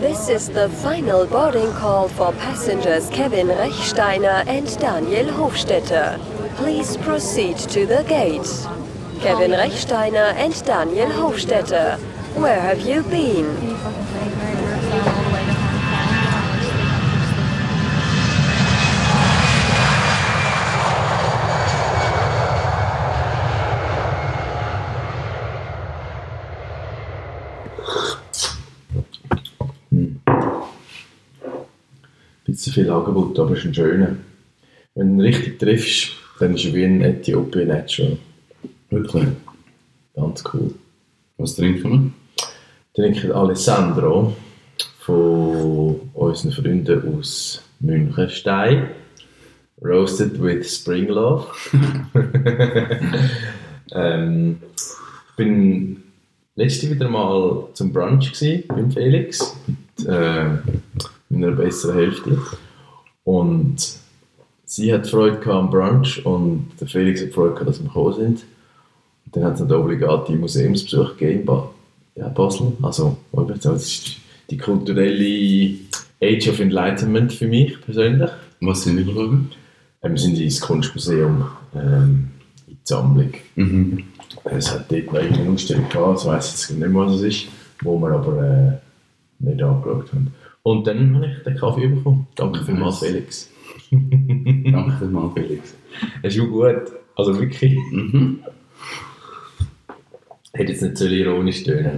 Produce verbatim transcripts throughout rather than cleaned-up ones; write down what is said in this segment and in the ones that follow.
This is the final boarding call for passengers Kevin Rechsteiner and Daniel Hofstetter. Please proceed to the gate. Kevin Rechsteiner and Daniel Hofstetter, where have you been? Ein bisschen viel Angebot, aber es ist ein schöner. Wenn du ihn richtig triffst, dann ist er wie ein Ethiopian Natural. Wirklich? Ganz cool. Was trinken wir? Trinken Alessandro von unseren Freunden aus Münchenstein. Roasted with Spring Love. ähm, ich bin letzte wieder mal zum Brunch gewesen, beim Felix mit äh, meiner besseren Hälfte. Und sie hat Freude gehabt am Brunch und der Felix hat Freude gehabt, dass wir gekommen sind. Und dann hat es einen obligaten Museumsbesuch gegeben in ba- ja, Basel. Also, das ist die kulturelle Age of Enlightenment für mich persönlich. Was sind die geschaut? Wir sind ins Kunstmuseum, ähm, in die Sammlung. Mhm. Es hat dort noch eine Ausstellung gehabt, ich weiss jetzt nicht mehr, was es ist, wo wir aber äh, nicht angeschaut haben. Und dann habe ich den Kaffee bekommen. Danke vielmals, Felix. Danke vielmals, Felix. Das ist auch gut. Also wirklich. Mhm. Hätte jetzt nicht so ironisch tönen.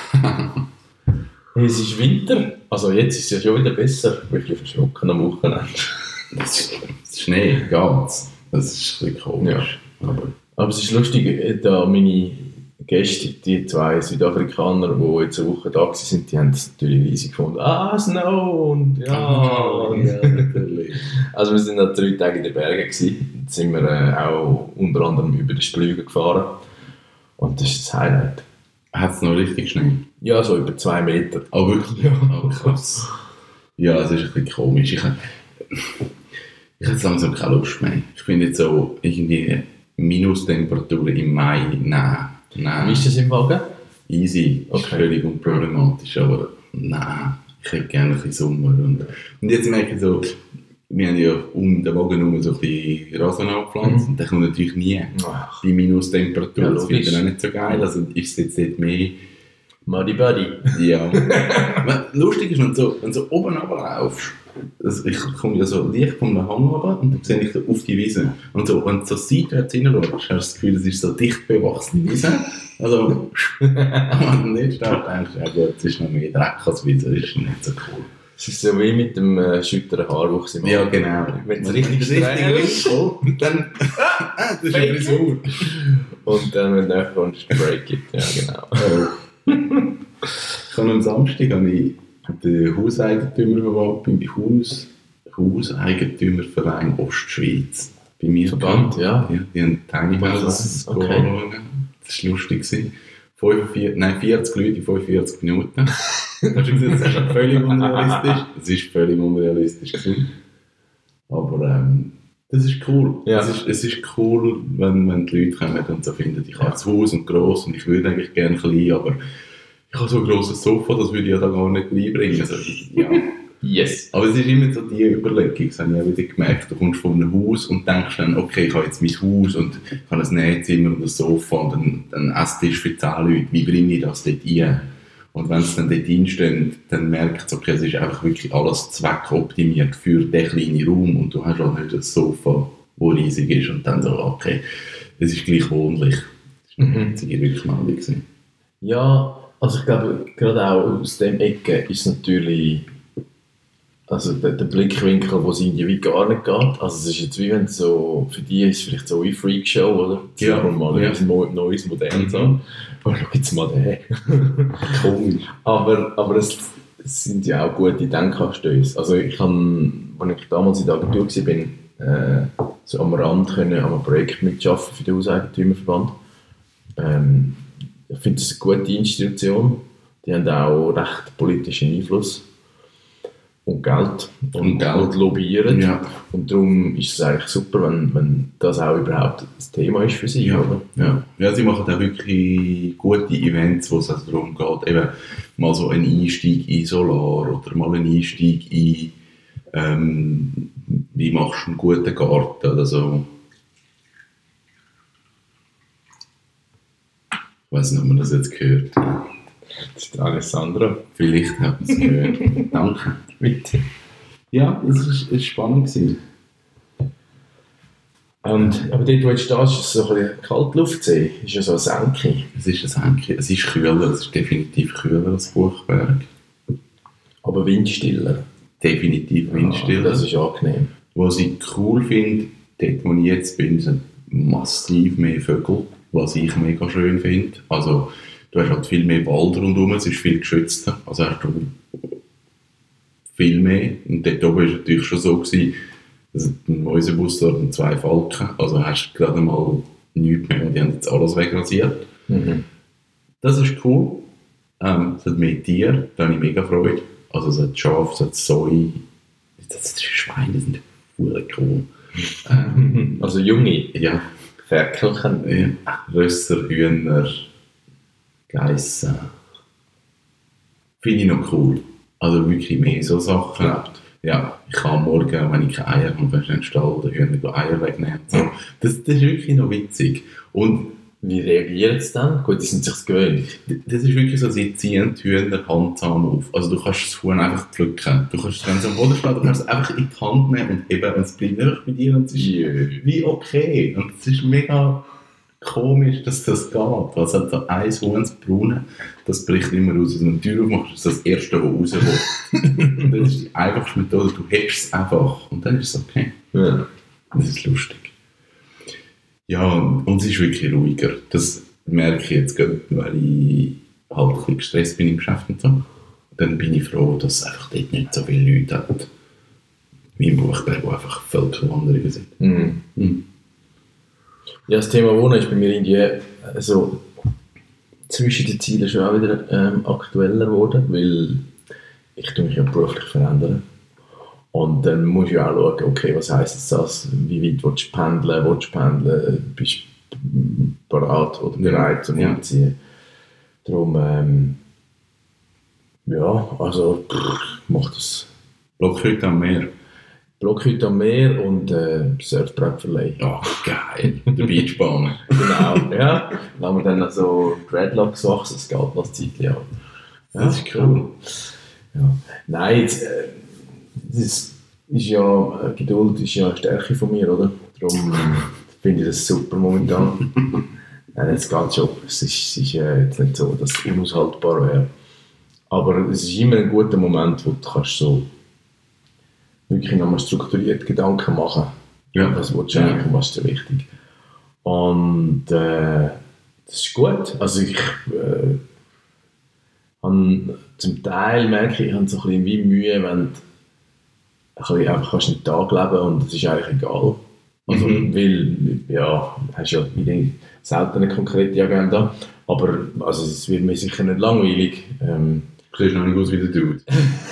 Es ist Winter. Also jetzt ist es ja schon wieder besser. Ich bin ein bisschen verschrocken am Wochenende. Das ist, das ist Schnee, ganz. Das ist ein bisschen komisch. Ja. Aber, aber es ist lustig, da meine Gäste, die zwei Südafrikaner, die jetzt eine Woche da waren, die haben es natürlich riesig gefunden. Ah, Snow! Und ja, Oh, ja, natürlich. Also wir sind noch drei Tage in den Bergen gewesen. Da sind wir äh, auch unter anderem über den Splügen gefahren. Und das ist das Highlight. Hat es noch richtig Schnee? Ja, so über zwei Meter. Oh, wirklich? Ja. Oh, krass. Ja, es ist ein bisschen komisch. Ich habe ich hab jetzt langsam keine Lust mehr. Ich finde jetzt so irgendwie Minustemperaturen im Mai, nein. nein. Wie ist das im Wagen? Easy, Okay. ist völlig unproblematisch, aber nein, ich hätte gerne ein bisschen Sommer. Und, und jetzt merke ich so, wir haben ja um den Wagen herum so ein bisschen Rasen angepflanzt und der kommt natürlich nie Ach. bei Minustemperatur. Ja, das finde ich logisch. dann auch nicht so geil. Also ist es jetzt nicht mehr... Muddy Buddy. Ja. Aber lustig ist, wenn du so, wenn du so oben runterlaufst, also ich komme ja so leicht von einem Hang runter und dann sehe ich so auf die Wiese. Und so, wenn du so seitwärts hineinschaust, hast du das Gefühl, es ist so dicht bewachsene Wiese. Also, wenn du nicht stark denkst, ja gut, es ist noch mehr Dreck als Wiese, das ist nicht so cool. Es ist so wie mit dem äh, schütteren Haarwuchs im Ja, Alter. genau. Wenn es richtig streng ist. und dann, ah, das ist eine Frisur. Und dann, wenn du nachher kommst, Break it. Ja, genau. Ich habe am Samstag habe ich den Hauseigentümerverband beim Haus, Hauseigentümerverein Ostschweiz bei mir Verband, gehabt. ja. ja. Die haben Tiny Houses Okay. anschauen. Das war lustig. fünfundvierzig, nein, vierzig Leute in fünfundvierzig Minuten. Hast du gesagt, das ist schon völlig unrealistisch? Es war völlig unrealistisch gewesen. Aber ähm, das ist cool. Ja. Es, ist, es ist cool, wenn, wenn die Leute kommen und so finden, ich habe das Haus und gross und ich würde eigentlich gerne klein, aber ich habe so ein grosses Sofa, das würde ich ja da gar nicht reinbringen. Also, ja. Yes. Aber es ist immer so die Überlegung, das habe ich auch wieder gemerkt. Du kommst von einem Haus und denkst dann, okay, ich habe jetzt mein Haus und ich habe ein Nähzimmer und ein Sofa und einen, einen Esstisch für zehn Leute. Wie bringe ich das dort rein? Und wenn es dann dort reinsteht, dann merkt es, okay, es ist einfach wirklich alles zweckoptimiert für den kleinen Raum und du hast auch nicht ein Sofa, das riesig ist und dann so, okay, es ist gleich wohnlich. Das war eine einzige Rückmeldung gewesen. Ja, also ich glaube, gerade auch aus dem Ecke ist natürlich, also der, der Blickwinkel, wo es irgendwie wie gar nicht geht. Also es ist jetzt wie wenn so, für die ist es vielleicht so wie Freakshow, oder? Ja. Sagen wir mal, Ja. ein mo- neues Modell Mhm. so. Oh, schau jetzt mal den. Komisch. Aber, aber es, es sind ja auch gute Denkanstöße. Also ich kann, als ich damals in der Agentur war, äh, so am Rand können, an einem Projekt mitarbeiten für den Hauseigentümerverband. Ähm, ich finde es eine gute Institution. Die haben auch recht politischen Einfluss. Und Geld. Und, Und Geld. und lobbyieren. Ja. Und darum ist es eigentlich super, wenn, wenn das auch überhaupt das Thema ist für sie. Ja, Oder? ja. Ja, sie machen auch wirklich gute Events, wo es also darum geht, eben mal so einen Einstieg in Solar oder mal einen Einstieg in ähm, wie machst du einen guten Garten oder so. Ich weiß nicht, ob man das jetzt gehört. Das ist der Alessandro. Vielleicht hat man es gehört. Danke. Bitte. Ja, es war spannend gewesen. Und, aber dort, wo du stehst, ist es so ein bisschen Kaltluftsee. Ist ja so eine Senke. Es ist ein Senke. Es ist kühler, es ist definitiv kühler als Buchberg. Aber windstiller. Definitiv windstiller. Ja, das ist angenehm. Was ich cool finde, dort wo ich jetzt bin, sind massiv mehr Vögel, was ich mega schön finde. Also, du hast halt viel mehr Wald rundherum, es ist viel geschützter. Also hast du viel mehr. Und dort oben war es natürlich schon so, gewesen, dass ein Mäusebus dort und zwei Falken, also hast du gerade mal nichts mehr, die haben jetzt alles wegrasiert. Mhm. Das ist cool. Ähm, es hat mehr Tiere, da habe ich mega Freude. Also es hat Schafe, es hat Säue, das sind Schweine, die sind verdammt cool. Ähm, also junge? Ja. Ferkelchen? Ja. Rösser, Hühner, Geissen. Finde ich noch cool. Also wirklich mehr so Sachen. Ja. Ja, ich kann am Morgen, wenn ich keine Eier habe, kannst du in den Stall den Hühnern Eier wegnehmen. So. Das, das ist wirklich noch witzig. Und wie reagieren sie dann? Gut, die sind sich gewöhnt. Das ist wirklich so, sie ziehen die Hühner handsam auf. Also du kannst das Huhn einfach pflücken. Du kannst, wenn es am Boden steht, du kannst es einfach in die Hand nehmen und eben, es bleibt einfach bei dir und es ist wie okay. Und es ist mega komisch, dass das geht. Also hat so ein Huhn, das Braune, das bricht immer raus. Wenn du die Tür aufmachst, ist das das Erste, das rauskommt. Und das ist die einfachste Methode. Du hebst es einfach und dann ist es okay. Ja. Das ist lustig. Ja, und es ist wirklich ruhiger. Das merke ich jetzt gerade, weil ich halt ein bisschen gestresst bin im Geschäft und so. Dann bin ich froh, dass es einfach dort nicht so viele Leute hat, wie im Buchberg, wo einfach Völkerwanderungen sind. Mhm. Mhm. Ja, das Thema Wohnen ist bei mir irgendwie also, zwischen den Zielen schon auch wieder ähm, aktueller geworden, weil ich tue mich ja beruflich verändern. Und dann musst du ja auch schauen, okay, was heisst jetzt das, wie weit willst du pendeln, willst du pendeln, bist du bereit oder bereit zum ja. Umziehen. Darum, ähm, ja, also pff, ich mache das. Blockhütte am Meer. Blockhütte am Meer und äh, Surfbrettverleih. Ja, geil. Der Beachbahn. Genau, ja. Dann haben wir dann noch so Dreadlocks wachsen, das geht noch ein Zeitchen an. Ja, das ist cool. Ja. Nein, jetzt, äh, das ist ja, äh, Geduld ist ja eine Stärke von mir, oder? Darum finde ich das super momentan. Nein, jetzt geht schon. Es ist, es ist äh, jetzt nicht so, dass es unaushaltbar wäre. Aber es ist immer ein guter Moment, wo du kannst so wirklich nochmal strukturiert Gedanken machen. Ja. Was willst du eigentlich und was ist dir wichtig? Und äh, das ist gut. Also ich äh, habe zum Teil merke ich, ich habe so ein bisschen wie Mühe, wenn du einfach kannst einen Tag leben und es ist eigentlich egal. Also, mhm. Weil, ja, du hast ja selten eine konkrete Agenda, aber also, es wird mir sicher nicht langweilig. Ähm, du siehst noch nicht aus wie der Dude.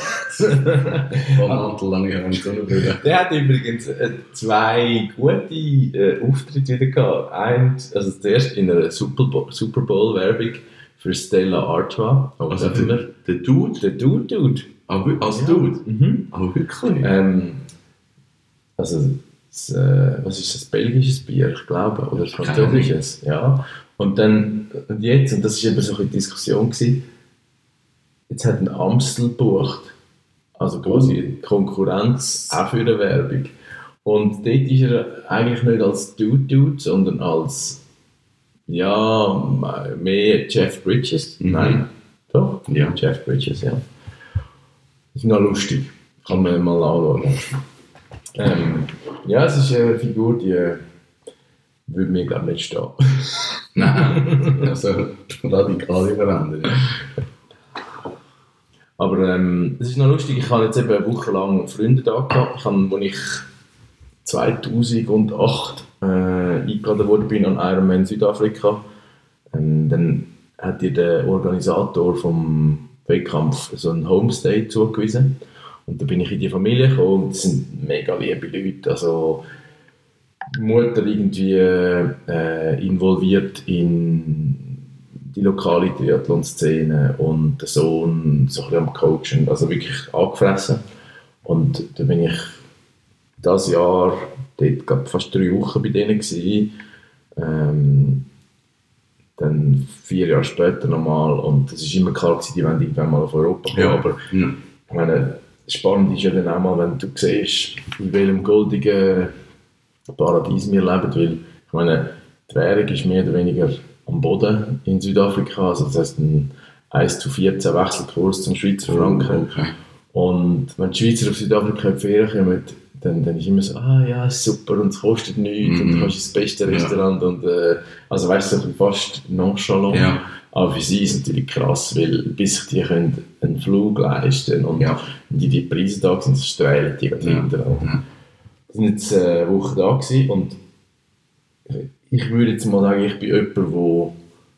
Mantel, lange Haare und Sonnenbrille. Der hat übrigens äh, zwei gute äh, Auftritte wieder gehabt. Eins, also zuerst in einer Super Bowl, Super Bowl Werbung für Stella Artois. Also der, der Dude? Der Dude, Dude. Ah, als ja. Dude? Mhm. Aber wirklich? Ähm, also, das, äh, was ist das? Belgisches Bier, ich glaube, oder französisches, ja. Und dann, und jetzt, und das war eben so eine Diskussion gewesen, jetzt hat ein Amstel gebucht, also quasi Konkurrenz auch für eine Werbung. Und dort ist er eigentlich nicht als Dude-Dude, sondern als, ja, mehr Jeff Bridges. Mhm. Nein, doch? Ja. Jeff Bridges, ja. Das ist noch lustig. Kann man mal anschauen. Ähm, ja, es ist eine Figur, die äh, würde mir glaube ich nicht stehen. Nein, also radikale Veränderung. Aber ähm, es ist noch lustig, ich habe jetzt eben eine Woche lang Freunde da gehabt. Ich habe, als ich zweitausendacht äh, eingeladen worden bin an Ironman Südafrika, ähm, dann hat dir der Organisator vom Wettkampf so einen Homestay zugewiesen. Und da bin ich in die Familie gekommen und das sind mega liebe Leute. Also die Mutter irgendwie äh, involviert in die lokale Triathlon-Szene und der Sohn so ein bisschen am Coachen, also wirklich angefressen. Und da bin ich dieses Jahr dort gerade fast drei Wochen bei denen gewesen. Ähm, dann vier Jahre später nochmal und es war immer klar gewesen, die wollen irgendwann mal auf Europa kommen, Ja. aber Ja. ich meine, spannend ist ja dann auch mal, wenn du siehst, in welchem goldigen Paradies wir leben, weil ich meine, die Währung ist mehr oder weniger am Boden in Südafrika, also das heisst ein eins zu vierzehn Wechselkurs zum Schweizer Franken. Okay. Und wenn die Schweizer auf Südafrika in die Ferien kommen, dann, dann ist immer so, ah ja, ist super und es kostet nichts Mhm. und du kannst ins beste Ja. Restaurant und äh, also weißt du, so ein bisschen fast nonchalant. Ja. Aber für sie ist es natürlich krass, weil bis sich die können einen Flug leisten und Ja. die, die Preise da sind, das strahlen die gerade Ja. hinter. Ja. Wir sind jetzt eine Woche da gewesen und ich würde jetzt mal sagen, ich bin jemand, der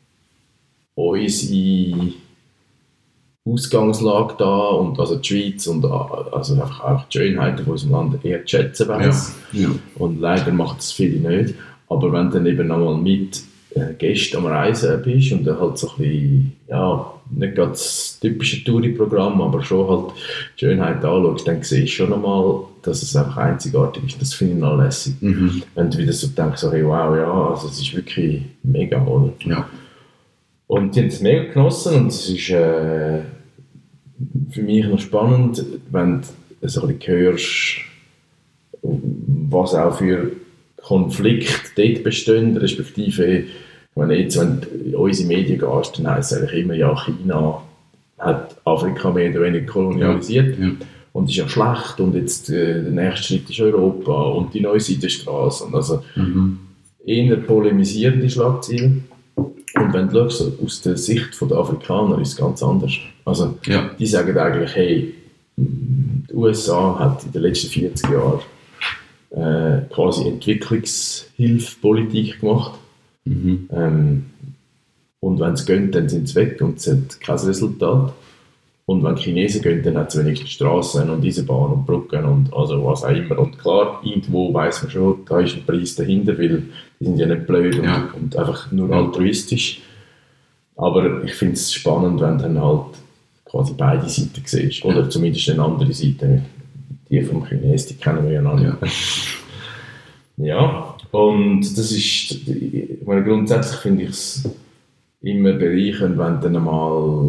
unsere Ausgangslage da und also die Schweiz und also einfach auch die Schönheiten von unserem Land eher zu schätzen weiss. Ja. Ja. Und leider machen das viele nicht. Aber wenn du dann eben nochmal mit äh, Gästen am Reisen bist und dann halt so ein bisschen, ja, nicht gerade das typische Touri-Programm, aber schon halt die Schönheit anschaust, dann siehst du schon nochmal, dass es einfach einzigartig ist. Das finde ich noch lässig. Mhm. Wenn du wieder so denkst, so, hey, wow, ja, also es ist wirklich mega, oder? Ja. Und die haben es mega genossen und es ist äh, für mich noch spannend, wenn du so ein bisschen hörst, was auch für Konflikte dort bestehen, respektive, ich meine, jetzt, wenn du in unsere Medien gehst, dann heisst es eigentlich immer, ja, China hat Afrika mehr oder weniger kolonialisiert Ja. und ist ja schlecht und jetzt äh, der nächste Schritt ist Europa und die neue Seidenstraße und also Mhm. eher eher polemisierende Schlagzeilen. Und wenn du schaust, aus der Sicht der Afrikaner ist es ganz anders. Also, Ja. die sagen eigentlich, hey, die U S A hat in den letzten vierzig Jahren äh, quasi Entwicklungshilfepolitik gemacht. Mhm. Ähm, und wenn sie gehen, dann sind sie weg und es hat kein Resultat. Und wenn die Chinesen gehen, dann hat es wenigstens Straßen und Eisenbahn und Brücken und also was auch immer. Und klar, irgendwo weiss man schon, da ist ein Preis dahinter, weil die sind ja nicht blöd und, Ja. und einfach nur altruistisch. Aber ich finde es spannend, wenn du dann halt quasi beide Seiten siehst. Oder zumindest eine andere Seite. Die vom Chinesen, die kennen wir ja noch nicht. Ja. Ja, und das ist, ich meine, grundsätzlich finde ich es immer bereichernd, wenn du dann mal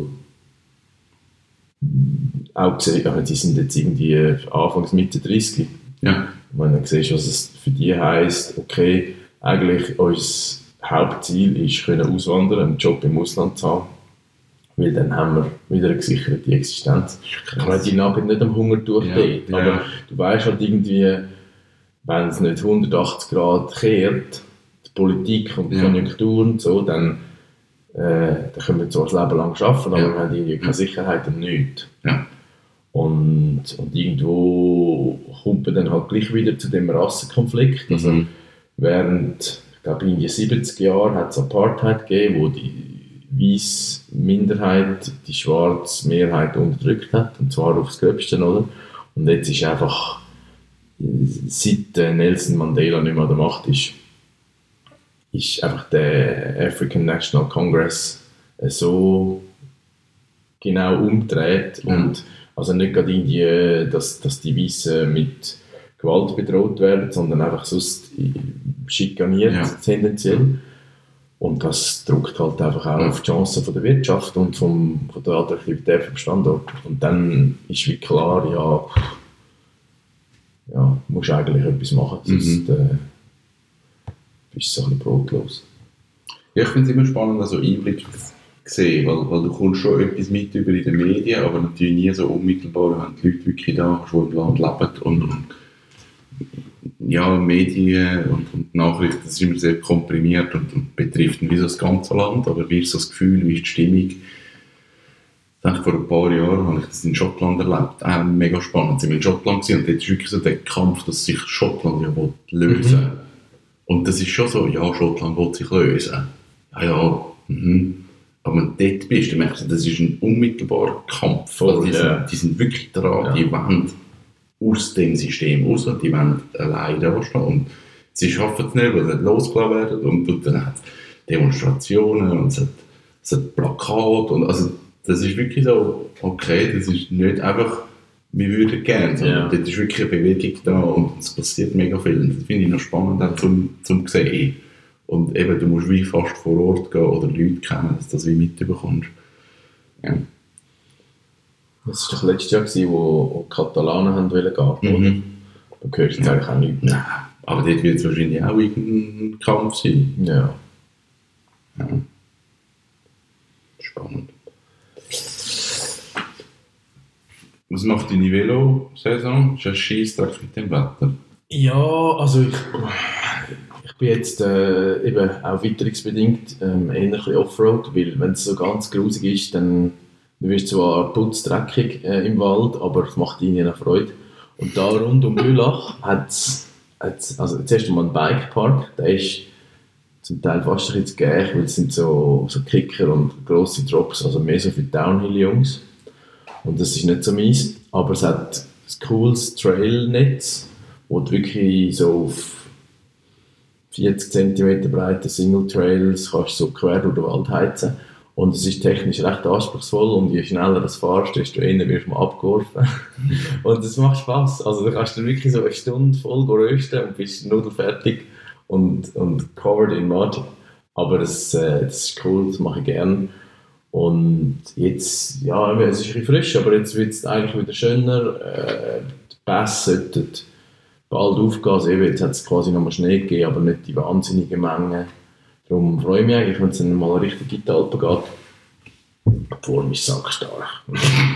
auch gesehen, ja, die sind jetzt irgendwie Anfangs Mitte dreißig. Ja. Wenn du dann siehst, was es für die heisst, okay, eigentlich unser Hauptziel ist, können auswandern, einen Job im Ausland zu haben. Weil dann haben wir wieder eine gesicherte Existenz. Ich meine, die nagen nicht am Hungertuch Ja, dort, ja. aber du weißt halt irgendwie, wenn es nicht hundertachtzig Grad kehrt, die Politik und die Ja. Konjunktur und so, dann, äh, dann können wir zwar das Leben lang arbeiten, aber Ja. wir haben irgendwie keine Sicherheit und nichts. Ja. Und, und irgendwo kommt man dann halt gleich wieder zu dem Rassenkonflikt. Also Mhm. während, ich glaube, in den siebzig Jahren hat es Apartheid gegeben, wo die weiße Minderheit die schwarze Mehrheit unterdrückt hat, und zwar aufs Gröbste, oder? Und jetzt ist einfach, seit Nelson Mandela nicht mehr an der Macht ist, ist einfach der African National Congress so genau umgedreht. Ja. Und also nicht gerade irgendwie, dass, dass die Weißen mit Gewalt bedroht werden, sondern einfach sonst schikaniert, Ja. tendenziell. Und das drückt halt einfach auch Ja. auf die Chancen von der Wirtschaft und vom, von der Attraktivität vom Standort. Und dann ist wie klar, ja, ja, musst du eigentlich etwas machen, sonst Mhm. äh, bist du so ein bisschen brotlos. Ja, ich finde es immer spannend, also Einblick zu sehen, weil, weil du kommst schon etwas mit über in den Medien, aber natürlich nie so unmittelbar, wenn die Leute wirklich da schon im Land leben und, und ja, Medien und, und Nachrichten, das ist immer sehr komprimiert und, und betrifft wie so das ganze Land, aber wie ist so das Gefühl, wie ist die Stimmung? Ich denke, vor ein paar Jahren habe ich das in Schottland erlebt, auch mega spannend, sind wir in Schottland gewesen, und dort ist wirklich so der Kampf, dass sich Schottland ja will lösen will. Mhm. Und das ist schon so, ja, Schottland will sich lösen. Ja, ja, mhm. Aber wenn du dort bist, dann merkst du, das ist ein unmittelbarer Kampf. Voll, also die, ja. sind, die sind wirklich dran, Ja. die wollen aus dem System raus, die wollen alleine dastehen. Und sie schaffen es nicht, weil sie nicht losgelassen werden. Und, und dann hat es Demonstrationen und es hat es hat Plakat und also das ist wirklich so, okay, das ist nicht einfach, wir würden gerne, sondern Ja. das ist wirklich eine Bewegung da und es passiert mega viel. Und das finde ich noch spannend auch zum, zum sehen. Und eben, du musst wie fast vor Ort gehen oder Leute kennen, dass du das wie mitbekommst. Ja. Das war doch letztes Jahr, gewesen, wo, wo die Katalanen haben wollen gehen, oder? Mhm. Da hörst du jetzt eigentlich auch nichts. Nein, aber dort wird es wahrscheinlich auch irgendein Kampf sein. Ja. Ja. Spannend. Was macht deine Velo-Saison? Ist das Scheissdreck mit dem Wetter? Ja, also ich, ich bin jetzt äh, eben auch witterungsbedingt ähm, eher ein bisschen Offroad, weil wenn es so ganz grusig ist, dann, dann wirst du zwar putzdreckig äh, im Wald, aber es macht ihnen auch Freude. Und da rund um Bülach hat es, also zuerst einmal einen Bikepark, der ist zum Teil fast ein bisschen zu gäh, weil es sind so, so Kicker und grosse Drops, also mehr so für Downhill-Jungs. Und das ist nicht so meins, aber es hat ein cooles Trailnetz, wo du wirklich so auf vierzig Zentimeter breite Single-Trails kannst so quer durch den Wald heizen. Und es ist technisch recht anspruchsvoll und je schneller du fahrst, desto eher wirst du mal abgeworfen. Und es macht Spass. Also du kannst dann wirklich so eine Stunde voll rösten und bist nudelfertig und, und covered in mud. Aber das, äh, das ist cool, das mache ich gerne. Und jetzt, ja, es ist ein bisschen frisch, aber jetzt wird es eigentlich wieder schöner. Äh, die Pässe sollten bald aufgehen. Also eben, jetzt hat es quasi nochmal Schnee gegeben, aber nicht die wahnsinnige Menge. Darum freue ich mich eigentlich, wenn es dann mal richtig in die Alpen geht. Vor mir sackstark.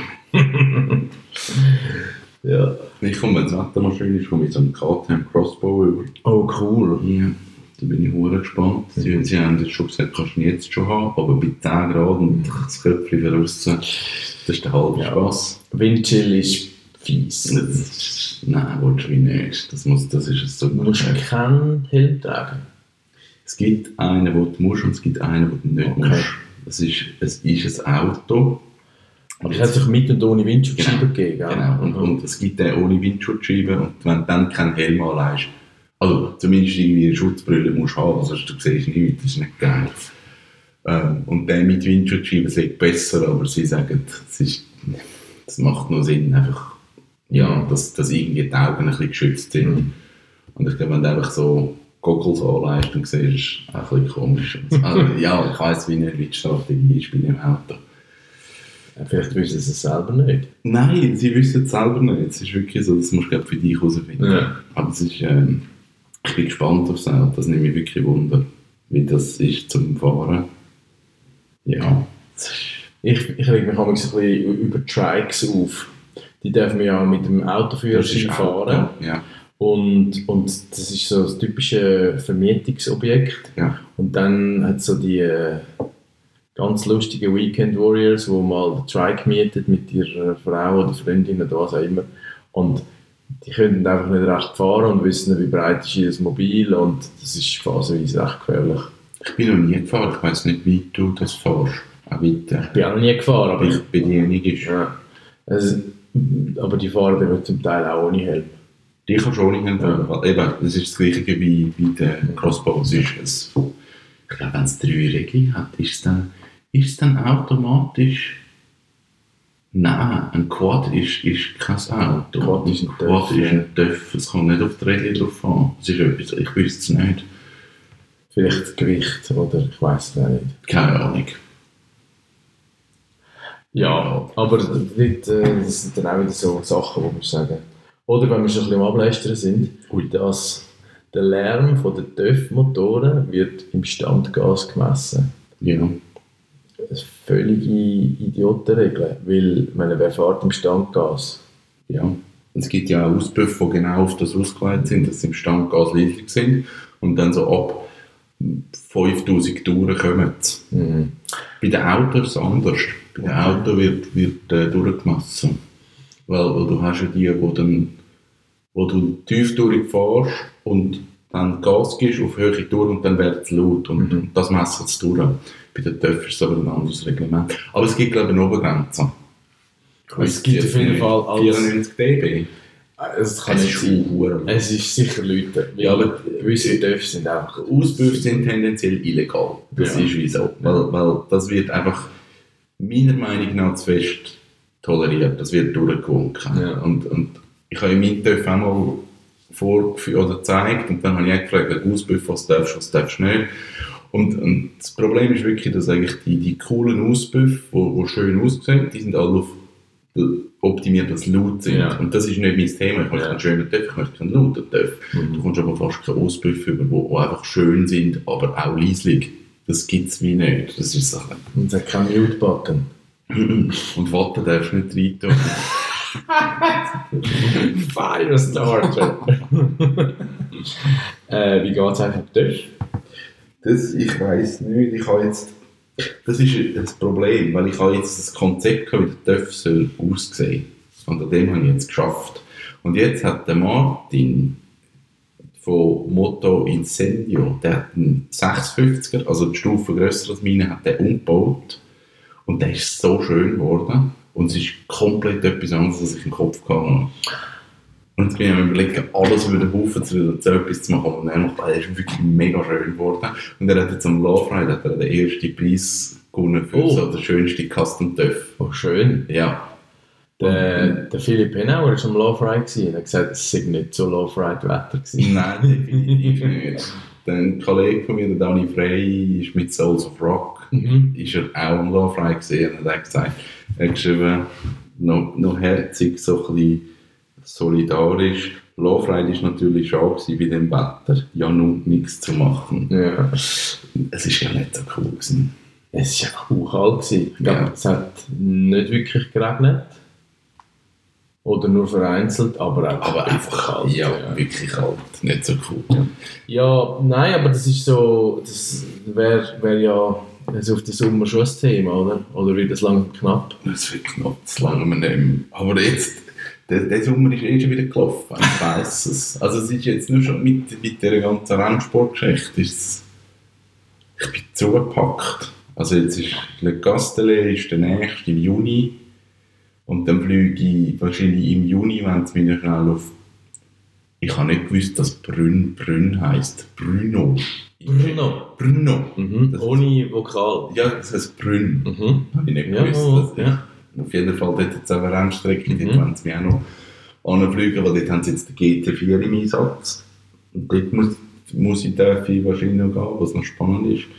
Ja. Ich komme, wenn das Wetter mal schön ist, komme ich so einen K T M Crossbow über. Oh, cool. Ja, da bin ich hure gespannt. Sie, sie haben jetzt schon gesagt, kannst du ihn jetzt schon haben, aber bei zehn Grad und das Köpfchen wieder raus, das ist der halbe Ja. Spass. Windchill ist fies. Das ist, nein, willst du wie nicht. Das, muss, das ist so. Du musst keinen Helm tragen. Es gibt einen, den du musst und es gibt einen, den du nicht Okay. musst. Es ist, es ist ein Auto. Aber es hat sich mit und ohne Windschutzscheibe Genau. gegeben, gell? Genau, und, und es gibt den ohne Windschutzscheibe und wenn du dann keinen Helm anlegst, also zumindest irgendwie eine Schutzbrille musst du haben, sonst du siehst nichts, das ist nicht geil. Ähm, und der mit Windschutzscheibe sieht besser, aber sie sagen, es ist, das macht nur Sinn, einfach, ja, dass, dass irgendwie die Augen ein bisschen geschützt sind. Mhm. Und ich glaube, wenn du einfach so Goggles anlegst, dann siehst du es auch ein bisschen komisch. Also, ja, ich weiss wie nicht, wie die Strategie ist bei dem Auto. Ja, vielleicht wissen sie es selber nicht. Nein, sie wissen es selber nicht. Es ist wirklich so, das musst du für dich herausfinden. Ja. Aber es ist, ähm, ich bin gespannt aufs Auto, das nimmt mich wirklich Wunder, wie das ist zum Fahren. Ja, es ist, Ich, ich reg mich auch ein bisschen über Trikes auf. Die dürfen wir ja mit dem Autoführerschein fahren. Auto, ja. Und, und das ist so das typische Vermietungsobjekt. Ja. Und dann hat es so die äh, ganz lustigen Weekend Warriors, wo mal den Trike mietet mit ihrer Frau oder Freundin oder was auch immer. Und die können einfach nicht recht fahren und wissen nicht, wie breit ist ihr Mobil. Und das ist phasenweise recht gefährlich. Ich bin noch nie gefahren, ich weiss nicht, wie du das fährst. Auch weiter. Ich bin auch noch nie gefahren, aber Ich bedienung ist. ja. Also, aber die fahren eben zum Teil auch ohne Helm. Die kannst du auch nicht entfernen. Ja. Eben, das ist das gleiche wie bei den Crossbow. Es ist es, ich glaube, wenn es drei Regeln hat, ist es dann, ist es dann automatisch. Nein, ein Quad ist, ist kein Auto. Quad ist ein Quad Töff, ist ja. ein Töff. Es kommt nicht auf die Regeln drauf an. Es ist etwas, ich wüsste es nicht. Vielleicht das Gewicht oder ich weiß es auch nicht. Keine Ahnung. Ja, aber dort, äh, das sind dann auch wieder so Sachen, die man sagen. Oder wenn wir schon ein bisschen am Ablästern sind, dass der Lärm von den T Ö F-Motoren wird im Standgas gemessen. Ja. Eine völlige Idiotenregel, weil meine, wer fährt im Standgas? Ja. Es gibt ja auch Auspuffe, die genau auf das ausgelegt sind, dass sie im Standgas niedrig sind und dann so ab fünftausend Touren kommen. Mhm. Bei den Autos ist es anders. Bei den Autos wird, wird äh, durchgemessen. Weil, weil du hast ja die, wo, dann, wo du tief durchfährst und dann Gas gibst auf höhere Tour und dann wird es laut. Und, Mhm. und das messen sie durch. Bei den T Ö F ist es aber ein anderes Reglement. Aber es gibt, glaube ich, eine Obergrenze. Es gibt auf jeden Fall als- vierundneunzig dB. Es kann Es nicht ist sein. verdammt. Es ist sicher Leute. Ja, aber gewisse Dörfer sind einfach... Ausbüffe sind tendenziell illegal. Das Ja. ist wieso. Weil, weil das wird einfach meiner Meinung nach zu fest toleriert. Das wird durchgewunken. Ja. Und, und ich habe meinen Töpfen auch mal vorgeführt oder gezeigt und dann habe ich auch gefragt, Ausbüffe, was darfst du, was darfst du nicht. Und, und das Problem ist wirklich, dass eigentlich die, die coolen Ausbüffe, die, die schön aussehen, die sind alle auf optimiert, dass sie laut sind. Ja. Und das ist nicht mein Thema. Ich möchte Ja. einen schönen Töpf, ich möchte keinen lauten Töpf. Mhm. Du kommst aber fast keine Ausbüffe über, die, die einfach schön sind, aber auch leislich. Das gibt es wie nicht. Das ist so. Und es hat keinen Mute-Button. Und Watte darfst du nicht rein tun. Firestarter! äh, wie geht es eigentlich mit Dörf? Das, ich weiss nicht. Ich habe jetzt, das ist das Problem, weil ich habe jetzt das Konzept gehabt, wie der Töpf soll aussehen. Und an dem habe ich jetzt geschafft. Und jetzt hat der Martin von Moto Incendio, der hat einen sechshundertfünfziger, also die Stufe grösser als meine, hat der umgebaut. Und der ist so schön geworden. Und es ist komplett etwas anderes, als ich im Kopf hatte. Und jetzt bin ich am überlegen, alles über den Haufen zu wieder so etwas zu machen. Und er macht, er ist wirklich mega schön geworden. Und er hat jetzt am Love Ride hat er den ersten Preis gewonnen für Oh. so den schönsten Custom-Töpf. Oh, schön. Ja. Der, der Philipp Henauer war am Love Ride gewesen. Er hat gesagt, es sei nicht so Love Ride Wetter gewesen. Nein, definitiv nicht. Ein Kollege von mir, der Dani Frey, ist mit Souls of Rock, Mhm. ist er auch am Love Ride gesehen und hat gesagt, er hat geschrieben, noch, noch herzig, so ein bisschen solidarisch. Love Ride war natürlich schon gewesen bei dem Wetter, ja nun nichts zu machen. Ja. Es ist ja nicht so cool gewesen. Es war einfach auch kalt gewesen. Ich glaube, Ja. es hat nicht wirklich geregnet. Oder nur vereinzelt, aber auch Aber einfach kalt, ja, ja. wirklich kalt, nicht so cool. Ja, nein, aber das ist so, das wäre wär ja also auf den Sommer schon ein Thema, oder? Oder wird das lang knapp? Es wird knapp zu lange wir nehmen. Aber jetzt, der, der Sommer ist eh schon wieder gelaufen, ich weiss es. Also es ist jetzt nur schon mit, mit dieser ganzen Rennsportgeschichte, ist es, ich bin zugepackt. Also jetzt ist Le Castellet ist der nächste im Juni und dann fliege ich wahrscheinlich im Juni, wenn es mich schnell auf... Ich habe nicht gewusst, dass Brünn Brünn heisst. Bruno. Bruno. Bruno. Mhm. Das- Ohne Vokal. Ja, das heisst Brünn. Mhm. Habe ich nicht Ja, gewusst. dass- ja. Auf jeden Fall dort jetzt auch eine Rennstrecke, Mhm. dort wollen sie mich auch noch anfliegen, weil dort haben sie jetzt den G T vier im Einsatz. Und dort muss, muss ich, darf ich wahrscheinlich noch gehen, was noch spannend ist.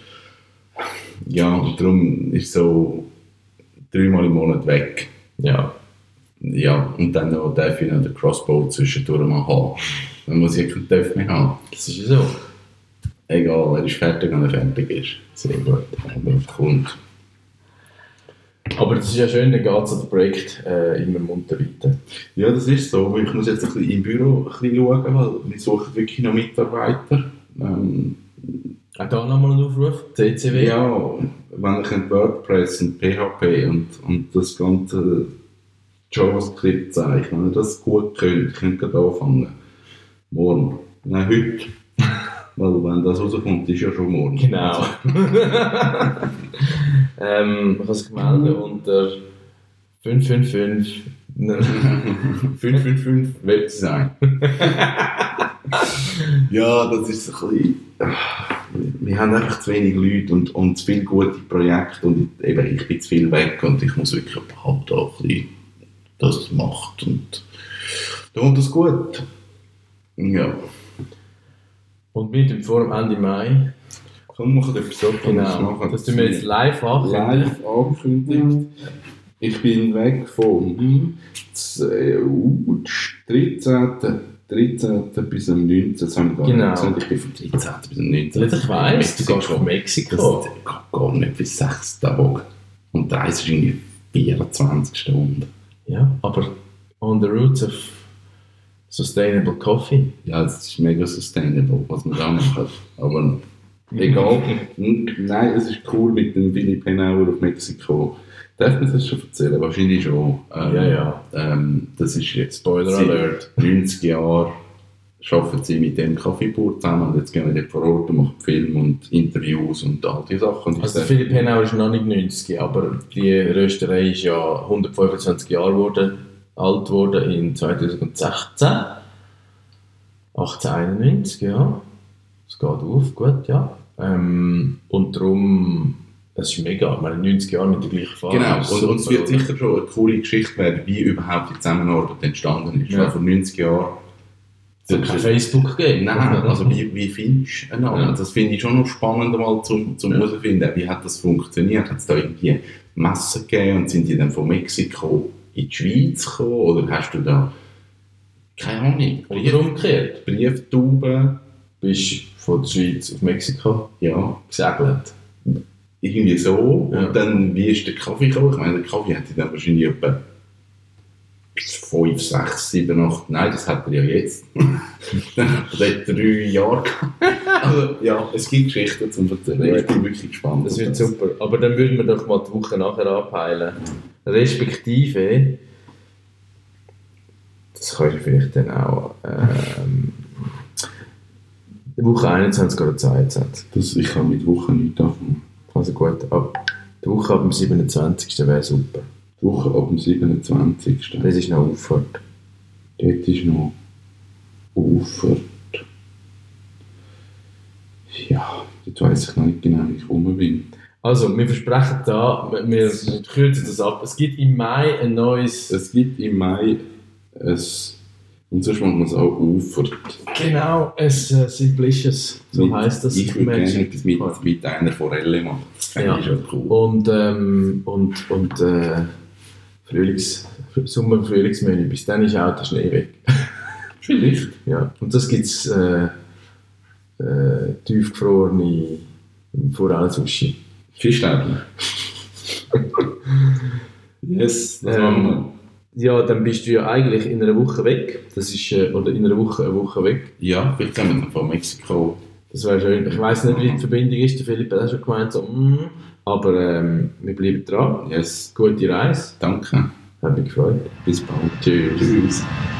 Ja, und darum ist so dreimal im Monat weg. Ja. Ja, und dann noch darf ich noch den Crossbow zwischendurch mal haben. Dann muss ich keinen Töpf mehr haben. Das ist ja so. Egal, er ist fertig, wenn er fertig ist. Sehr gut. Aber es kommt. Aber das ist ja schön, dann geht es an das Projekt äh, immer munter weiter. Ja, das ist so. Ich muss jetzt ein bisschen im Büro ein bisschen schauen, weil wir suchen wirklich noch Mitarbeiter. Ähm, Auch da nochmal ein Aufruf, C C W. ja, wenn ich WordPress und P H P und, und das ganze JavaScript zeichne, wenn ihr das gut könnt, könnt ihr da anfangen. Morgen. Nein, heute. Weil wenn das rauskommt, ist ja schon morgen. Genau. ähm, ich habe es gemeldet unter fünf fünf fünf. fünf fünf fünf Webdesign. Ja, das ist ein bisschen... Wir haben einfach zu wenig Leute und, und zu viele gute Projekte und eben, ich bin zu viel weg und ich muss wirklich jemanden da ein bisschen das macht und da kommt das gut. Ja. Und wir tun vor dem Ende Mai. Komm, machen wir etwas so. Genau. Das tun wir jetzt live ankündigen. live angekündigt. Ich bin weg vom dreizehnten dreizehnten bis am neunzehnten Das habe ich gar Genau. nicht gesagt. Ich bin vom dreizehnten bis am neunzehnten Ich weiss, du gehst nach Mexiko. Das geht gar nicht bis sechs Tage. Und die Reise ist irgendwie vierundzwanzig Stunden. Ja, aber on the roots of sustainable coffee. Ja, es ist mega sustainable, was wir da machen. Aber egal. Nein, es ist cool mit dem Philipp Henauer auf Mexiko. Darf man das schon erzählen? Wahrscheinlich schon. Ähm, Ja, ja. Ähm, das ist jetzt Spoiler seit alert. neunzig Jahren arbeiten sie mit dem Kaffeebauer zusammen und jetzt gehen wir dort vor Ort und machen Film und Interviews und all diese Sachen. Und Also ich Philipp Henauer ist noch nicht neunzig, aber die Rösterei ist ja hundertfünfundzwanzig Jahre geworden. alt geworden in zweitausendsechzehn. achtzehnhunderteinundneunzig, ja. Es geht auf, gut, ja. Ähm, und darum, es ist mega, ich meine, neunzig Jahre mit der gleichen Fahrer. Genau, und, super, und es wird oder? sicher schon eine coole Geschichte werden, wie überhaupt die Zusammenarbeit entstanden ist. Ja. Weil vor neunzig Jahren... Es hat kein Facebook gegeben. Nein, also wie, wie findest du einander? Ja. Das finde ich schon noch spannend, mal zum, zum Ja. herauszufinden, wie hat das funktioniert? Hat es da irgendwie Messen gegeben und sind die dann von Mexiko in die Schweiz gekommen? Oder hast du da, keine Ahnung, Oder umgekehrt. Brieftauben? Bist von der Schweiz auf Mexiko Ja, gesegelt. irgendwie so. Ja. Und dann, wie ist der Kaffee gekommen? Ich meine, der Kaffee hätte dann wahrscheinlich etwa fünf, sechs, sieben, acht, nein, das hat er ja jetzt. Dann hat er drei Jahre gehabt. Also, ja, es gibt Geschichten zum Erzählen. Ich bin wirklich gespannt. Das wird super. Aber dann würden wir doch mal die Woche nachher anpeilen. Respektive, das kannst du vielleicht dann auch, ähm, die Woche einundzwanzig oder zweiundzwanzig. Das, ich kann mit Wochen nicht anfangen. Also gut, ab, die Woche ab dem siebenundzwanzigsten wäre super. Die Woche ab dem siebenundzwanzigsten Das ist noch Auffahrt. Dort ist noch Auffahrt. Ja, dort weiss ich noch nicht genau, wie ich rum bin. Also, wir versprechen da, wir, wir kürzen das ab. Es gibt im Mai ein neues... Es gibt im Mai ein, und sonst macht man es auch Auffahrt. Genau, es äh, Simplicious, so Mit- heisst das. Ich würde gerne Magic. etwas mit, mit einer Forelle machen. Das fände Ja. ich schon cool. Und, ähm, und, und äh, Frühlings, Sommer- und Frühlingsmenü, bis dann ist auch der Schnee weg. Vielleicht. Ja. Und das gibt es äh, äh, tiefgefrorene Forellen-Sushi. Fischstäbchen. Yes, das Ähm, machen wir. Ja, dann bist du ja eigentlich in einer Woche weg. Das ist, äh, oder in einer Woche eine Woche weg. Ja, vielleicht kommen wir dann von Mexiko. Das wäre schön. Ich weiss nicht, wie die Verbindung ist. Der Philipp hat auch schon gemeint, so, mm, aber ähm, wir bleiben dran. Yes, Gute Reise. danke. Hat mich gefreut. Bis bald. Tschüss. Tschüss.